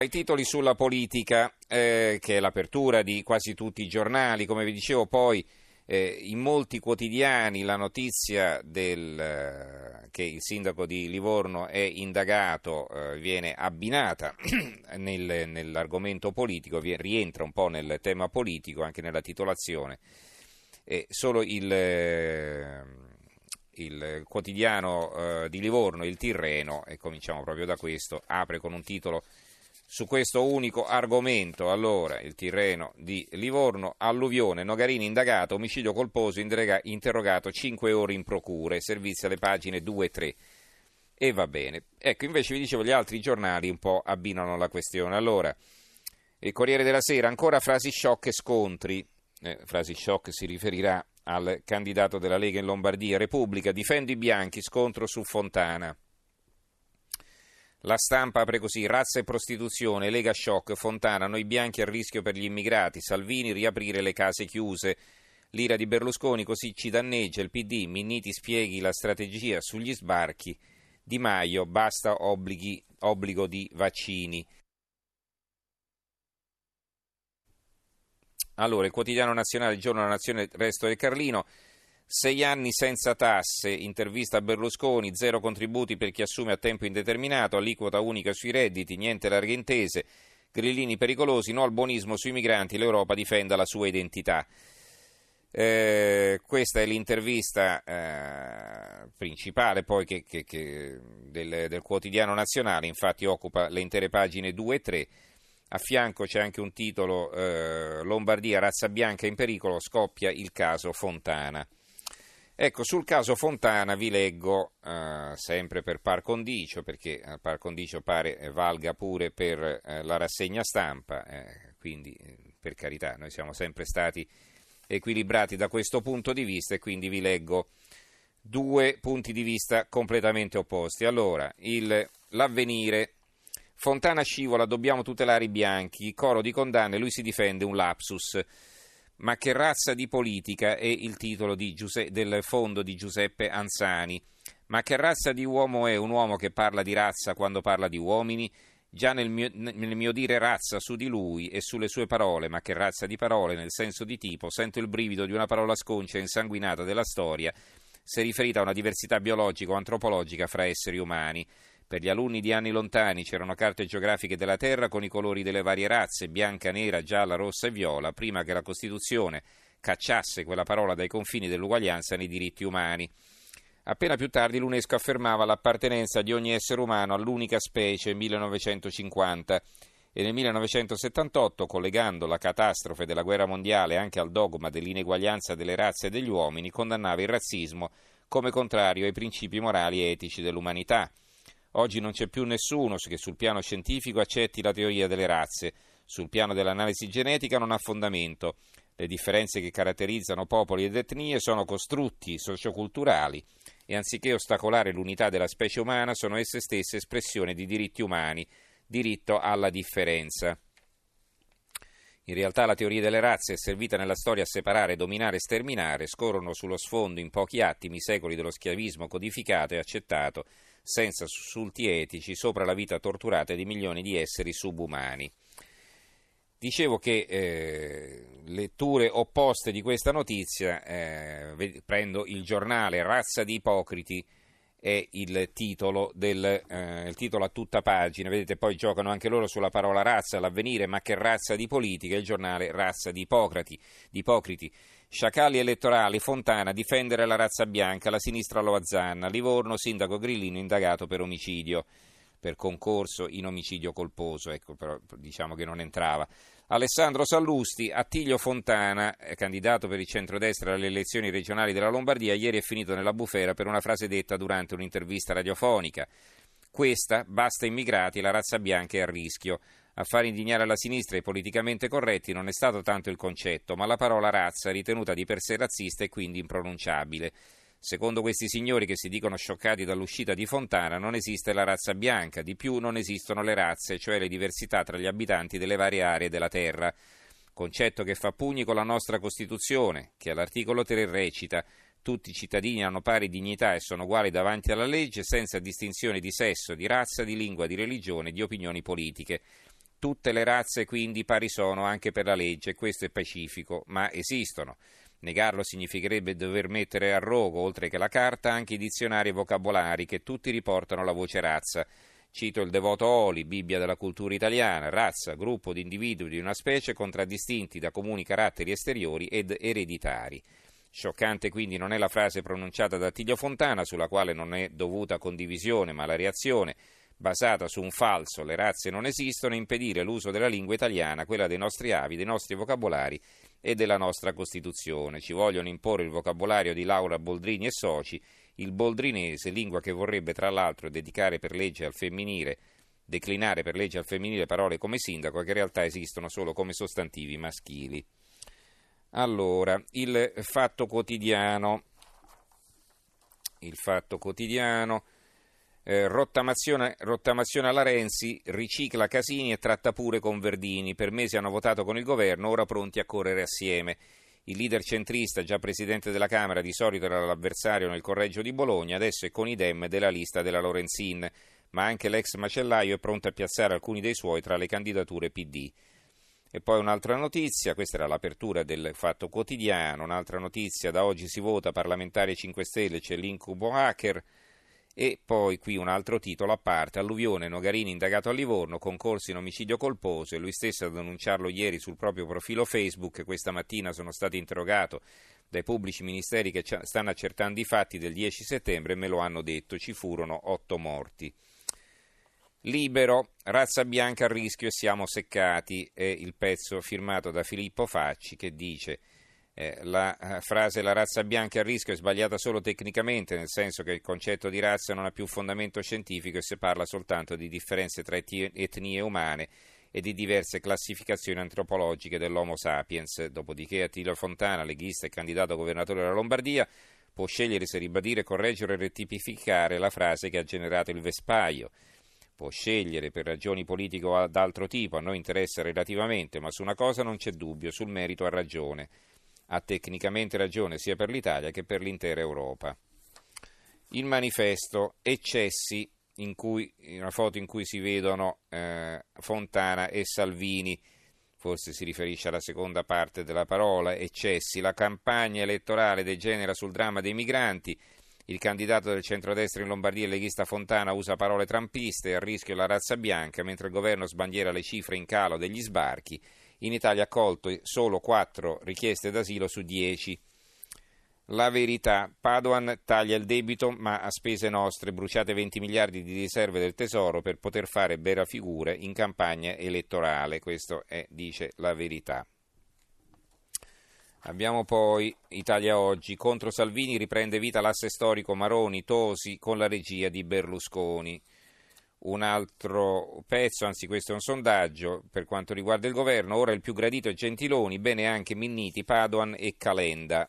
I titoli sulla politica, che è l'apertura di quasi tutti i giornali, come vi dicevo poi in molti quotidiani la notizia che il sindaco di Livorno è indagato viene abbinata nell'argomento politico, rientra un po' nel tema politico anche nella titolazione. Solo il quotidiano di Livorno, il Tirreno, e cominciamo proprio da questo, apre con un titolo su questo unico argomento. Allora, il Tirreno di Livorno: alluvione, Nogarini indagato, omicidio colposo, interrogato 5 ore in procure, servizi alle pagine 2 e 3. E va bene. Ecco, invece vi dicevo, gli altri giornali un po' abbinano la questione. Allora, il Corriere della Sera, ancora frasi shock e scontri. Frasi shock si riferirà al candidato della Lega in Lombardia. Repubblica: difendo i bianchi, scontro su Fontana. La Stampa apre così: razza e prostituzione, Lega shock, Fontana, noi bianchi a rischio per gli immigrati, Salvini riaprire le case chiuse, l'ira di Berlusconi così ci danneggia, il PD, Minniti spieghi la strategia sugli sbarchi, Di Maio, basta obbligo di vaccini. Allora, il Quotidiano Nazionale, il Giorno della Nazione, Resto del Carlino: 6 anni senza tasse, intervista a Berlusconi, 0 contributi per chi assume a tempo indeterminato, aliquota unica sui redditi, niente larghe intese, grillini pericolosi, no al buonismo sui migranti, l'Europa difenda la sua identità. Questa è l'intervista principale poi del Quotidiano Nazionale, infatti occupa le intere pagine 2 e 3. A fianco c'è anche un titolo: Lombardia, razza bianca in pericolo, scoppia il caso Fontana. Ecco, sul caso Fontana vi leggo, sempre per par condicio, perché par condicio pare valga pure per la rassegna stampa, quindi per carità, noi siamo sempre stati equilibrati da questo punto di vista, e quindi vi leggo 2 punti di vista completamente opposti. Allora, l'Avvenire: Fontana scivola, dobbiamo tutelare i bianchi, coro di condanne, lui si difende, un lapsus. Ma che razza di politica è il titolo del fondo di Giuseppe Anzani. Ma che razza di uomo è un uomo che parla di razza quando parla di uomini? Già nel mio dire razza su di lui e sulle sue parole, ma che razza di parole nel senso di tipo, sento il brivido di una parola sconcia e insanguinata della storia, se riferita a una diversità biologica o antropologica fra esseri umani. Per gli alunni di anni lontani c'erano carte geografiche della Terra con i colori delle varie razze, bianca, nera, gialla, rossa e viola, prima che la Costituzione cacciasse quella parola dai confini dell'uguaglianza nei diritti umani. Appena più tardi l'UNESCO affermava l'appartenenza di ogni essere umano all'unica specie, 1950, e nel 1978, collegando la catastrofe della guerra mondiale anche al dogma dell'ineguaglianza delle razze e degli uomini, condannava il razzismo come contrario ai principi morali e etici dell'umanità. Oggi non c'è più nessuno che sul piano scientifico accetti la teoria delle razze. Sul piano dell'analisi genetica non ha fondamento. Le differenze che caratterizzano popoli ed etnie sono costrutti socioculturali e anziché ostacolare l'unità della specie umana sono esse stesse espressione di diritti umani, diritto alla differenza. In realtà la teoria delle razze è servita nella storia a separare, dominare e sterminare, scorrono sullo sfondo in pochi attimi secoli dello schiavismo codificato e accettato senza sussulti etici sopra la vita torturata di milioni di esseri subumani. Dicevo che letture opposte di questa notizia, prendo il giornale, razza di ipocriti è il titolo il titolo a tutta pagina, vedete, poi giocano anche loro sulla parola razza, l'Avvenire, ma che razza di politica, il giornale razza di ipocriti. Sciacalli elettorali, Fontana, difendere la razza bianca, la sinistra lo azzanna, Livorno, sindaco Grillino indagato per omicidio, per concorso in omicidio colposo, ecco, però diciamo che non entrava. Alessandro Sallusti: Attilio Fontana, candidato per il centrodestra alle elezioni regionali della Lombardia, ieri è finito nella bufera per una frase detta durante un'intervista radiofonica. Questa, basta immigrati, la razza bianca è a rischio. A far indignare la sinistra e i politicamente corretti non è stato tanto il concetto, ma la parola razza, ritenuta di per sé razzista e quindi impronunciabile. Secondo questi signori, che si dicono scioccati dall'uscita di Fontana, non esiste la razza bianca, di più non esistono le razze, cioè le diversità tra gli abitanti delle varie aree della terra. Concetto che fa pugni con la nostra Costituzione, che all'articolo 3 recita: tutti i cittadini hanno pari dignità e sono uguali davanti alla legge, senza distinzione di sesso, di razza, di lingua, di religione, di opinioni politiche. Tutte le razze quindi pari sono anche per la legge, questo è pacifico, ma esistono. Negarlo significherebbe dover mettere a rogo, oltre che la carta, anche i dizionari e vocabolari che tutti riportano la voce razza. Cito il Devoto Oli, Bibbia della cultura italiana: razza, gruppo di individui di una specie contraddistinti da comuni caratteri esteriori ed ereditari. Scioccante quindi non è la frase pronunciata da Attilio Fontana, sulla quale non è dovuta condivisione ma la reazione, basata su un falso "le razze non esistono", impedire l'uso della lingua italiana, quella dei nostri avi, dei nostri vocabolari e della nostra Costituzione. Ci vogliono imporre il vocabolario di Laura Boldrini e soci, il boldrinese, lingua che vorrebbe tra l'altro declinare per legge al femminile parole come sindaco, che in realtà esistono solo come sostantivi maschili. Allora, il Fatto Quotidiano, rottamazione alla Renzi, ricicla Casini e tratta pure con Verdini. Per mesi hanno votato con il governo, ora pronti a correre assieme. Il leader centrista, già presidente della Camera, di solito era l'avversario nel Correggio di Bologna, adesso è con i Dem della lista della Lorenzin, ma anche l'ex macellaio è pronto a piazzare alcuni dei suoi tra le candidature PD. E poi un'altra notizia, questa era l'apertura del Fatto Quotidiano, un'altra notizia: da oggi si vota, parlamentari 5 Stelle, c'è l'incubo hacker. E poi qui un altro titolo a parte: alluvione, Nogarini indagato a Livorno, concorso in omicidio colposo, e lui stesso ad annunciarlo ieri sul proprio profilo Facebook. Questa mattina sono stato interrogato dai pubblici ministeri che stanno accertando i fatti del 10 settembre e me lo hanno detto, ci furono 8 morti. Libero, razza bianca a rischio e siamo seccati, è il pezzo firmato da Filippo Facci che dice: la frase "la razza bianca a rischio" è sbagliata solo tecnicamente, nel senso che il concetto di razza non ha più fondamento scientifico e si parla soltanto di differenze tra etnie umane e di diverse classificazioni antropologiche dell'Homo sapiens. Dopodiché Attilio Fontana, leghista e candidato governatore della Lombardia, può scegliere se ribadire, correggere o rettificare la frase che ha generato il vespaio. Può scegliere per ragioni politiche o d'altro tipo, a noi interessa relativamente, ma su una cosa non c'è dubbio: sul merito ha ragione. Ha tecnicamente ragione sia per l'Italia che per l'intera Europa. Il Manifesto, eccessi, una foto in cui si vedono Fontana e Salvini, forse si riferisce alla seconda parte della parola, eccessi. La campagna elettorale degenera sul dramma dei migranti. Il candidato del centrodestra in Lombardia, il leghista Fontana, usa parole trumpiste, a rischio la razza bianca, mentre il governo sbandiera le cifre in calo degli sbarchi. In Italia accolto solo 4 richieste d'asilo su 10. La Verità, Padoan taglia il debito ma a spese nostre, bruciate 20 miliardi di riserve del tesoro per poter fare bella figura in campagna elettorale, questo dice La Verità. Abbiamo poi Italia Oggi, contro Salvini riprende vita l'asse storico Maroni-Tosi con la regia di Berlusconi. Un altro pezzo, anzi questo è un sondaggio per quanto riguarda il governo: ora il più gradito è Gentiloni, bene anche Minniti, Padoan e Calenda.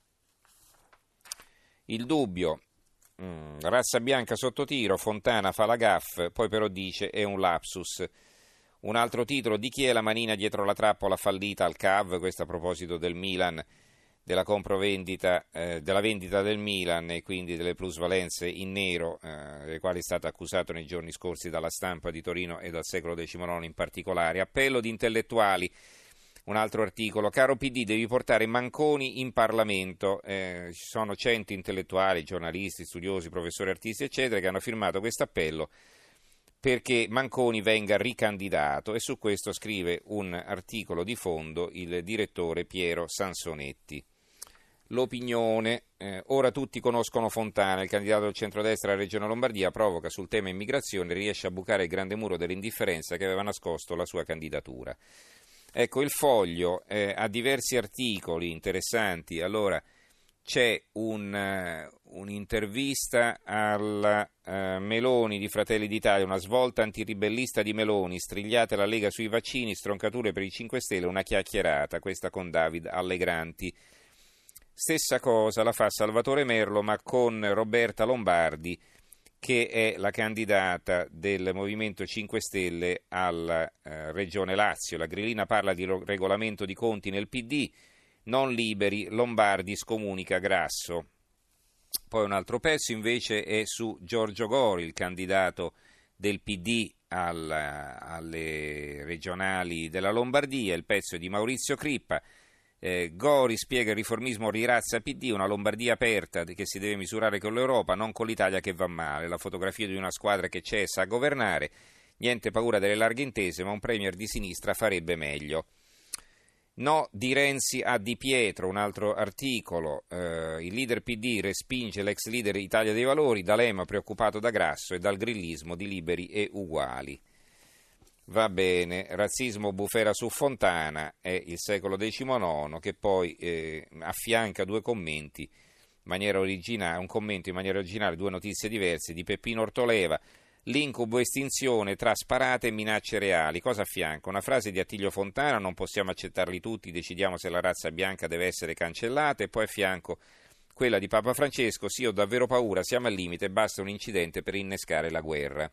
Il Dubbio, razza bianca sotto tiro, Fontana fa la gaffe, poi però dice è un lapsus. Un altro titolo: di chi è la manina dietro la trappola fallita al CAV, questo a proposito del Milan, della compravendita, della vendita del Milan e quindi delle plusvalenze in nero, delle quali è stato accusato nei giorni scorsi dalla Stampa di Torino e dal Secolo XIX in particolare. Appello di intellettuali, un altro articolo: caro PD, devi portare Manconi in Parlamento. Ci sono 100 intellettuali, giornalisti, studiosi, professori, artisti eccetera che hanno firmato questo appello perché Manconi venga ricandidato, e su questo scrive un articolo di fondo il direttore Piero Sansonetti. L'Opinione, ora tutti conoscono Fontana, il candidato del centrodestra alla Regione Lombardia provoca sul tema immigrazione, riesce a bucare il grande muro dell'indifferenza che aveva nascosto la sua candidatura. Ecco, il Foglio ha diversi articoli interessanti. Allora, c'è un'intervista alla Meloni di Fratelli d'Italia, una svolta antiribellista di Meloni, strigliate la Lega sui vaccini, stroncature per i 5 Stelle, una chiacchierata, questa con David Allegranti. Stessa cosa la fa Salvatore Merlo, ma con Roberta Lombardi, che è la candidata del Movimento 5 Stelle alla Regione Lazio. La grillina parla di regolamento di conti nel PD, non liberi, Lombardi scomunica Grasso. Poi un altro pezzo invece è su Giorgio Gori, il candidato del PD alle regionali della Lombardia, il pezzo è di Maurizio Crippa. Gori spiega il riformismo rirazza PD, una Lombardia aperta che si deve misurare con l'Europa, non con l'Italia che va male, la fotografia di una squadra che c'è e sa governare, niente paura delle larghe intese, ma un premier di sinistra farebbe meglio. No di Renzi a Di Pietro, un altro articolo, il leader PD respinge l'ex leader Italia dei Valori, D'Alema preoccupato da Grasso e dal grillismo di Liberi e Uguali. Va bene, razzismo bufera su Fontana, è il secolo XIX che poi affianca due commenti in maniera originale, un commento in maniera originale, due notizie diverse di Peppino Ortoleva. L'incubo estinzione tra sparate e minacce reali. Cosa affianca? Una frase di Attilio Fontana, non possiamo accettarli tutti, decidiamo se la razza bianca deve essere cancellata, e poi a fianco quella di Papa Francesco, sì, ho davvero paura, siamo al limite, basta un incidente per innescare la guerra.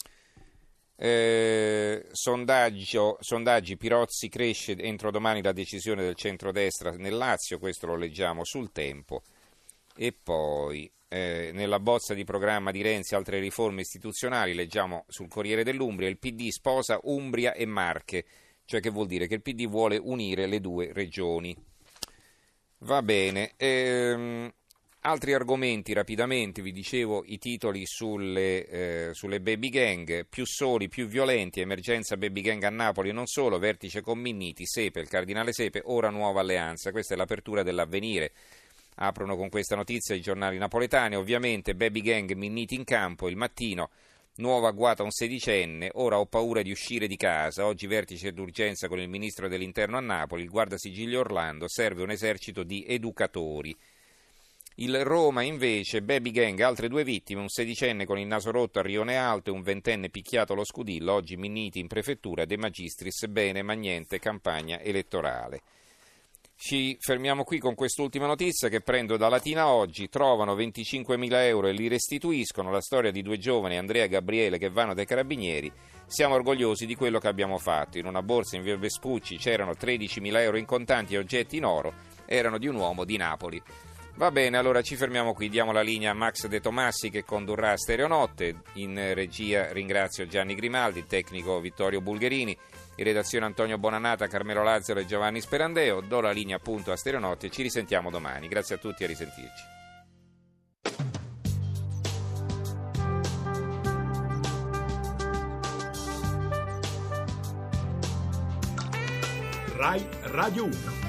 Sondaggi, Pirozzi cresce entro domani la decisione del centrodestra nel Lazio, questo lo leggiamo sul Tempo. E poi nella bozza di programma di Renzi altre riforme istituzionali, leggiamo sul Corriere dell'Umbria, il PD sposa Umbria e Marche, cioè che vuol dire che il PD vuole unire le due regioni. Va bene, altri argomenti rapidamente, vi dicevo i titoli sulle baby gang, più soli, più violenti, emergenza baby gang a Napoli e non solo, vertice con Minniti, Sepe, il cardinale Sepe, ora nuova alleanza, questa è l'apertura dell'Avvenire. Aprono con questa notizia i giornali napoletani, ovviamente baby gang Minniti in campo, Il Mattino, nuova agguata a un sedicenne, ora ho paura di uscire di casa, oggi vertice d'urgenza con il ministro dell'interno a Napoli, il guardasigilli Orlando, serve un esercito di educatori. Il Roma invece, baby gang, altre due vittime, un sedicenne con il naso rotto a Rione Alto e un ventenne picchiato allo Scudillo, oggi Minniti in prefettura, De Magistris, bene ma niente campagna elettorale. Ci fermiamo qui con quest'ultima notizia che prendo da Latina Oggi, trovano 25.000 euro e li restituiscono, la storia di due giovani, Andrea e Gabriele, che vanno dai carabinieri, siamo orgogliosi di quello che abbiamo fatto, in una borsa in via Vespucci c'erano 13.000 euro in contanti e oggetti in oro, erano di un uomo di Napoli. Va bene, allora ci fermiamo qui, diamo la linea a Max De Tomassi che condurrà Stereonotte, in regia ringrazio Gianni Grimaldi, il tecnico Vittorio Bulgherini, in redazione Antonio Bonanata, Carmelo Lazzaro e Giovanni Sperandeo, do la linea appunto a Stereonotte e ci risentiamo domani, grazie a tutti e a risentirci. Rai Radio 1.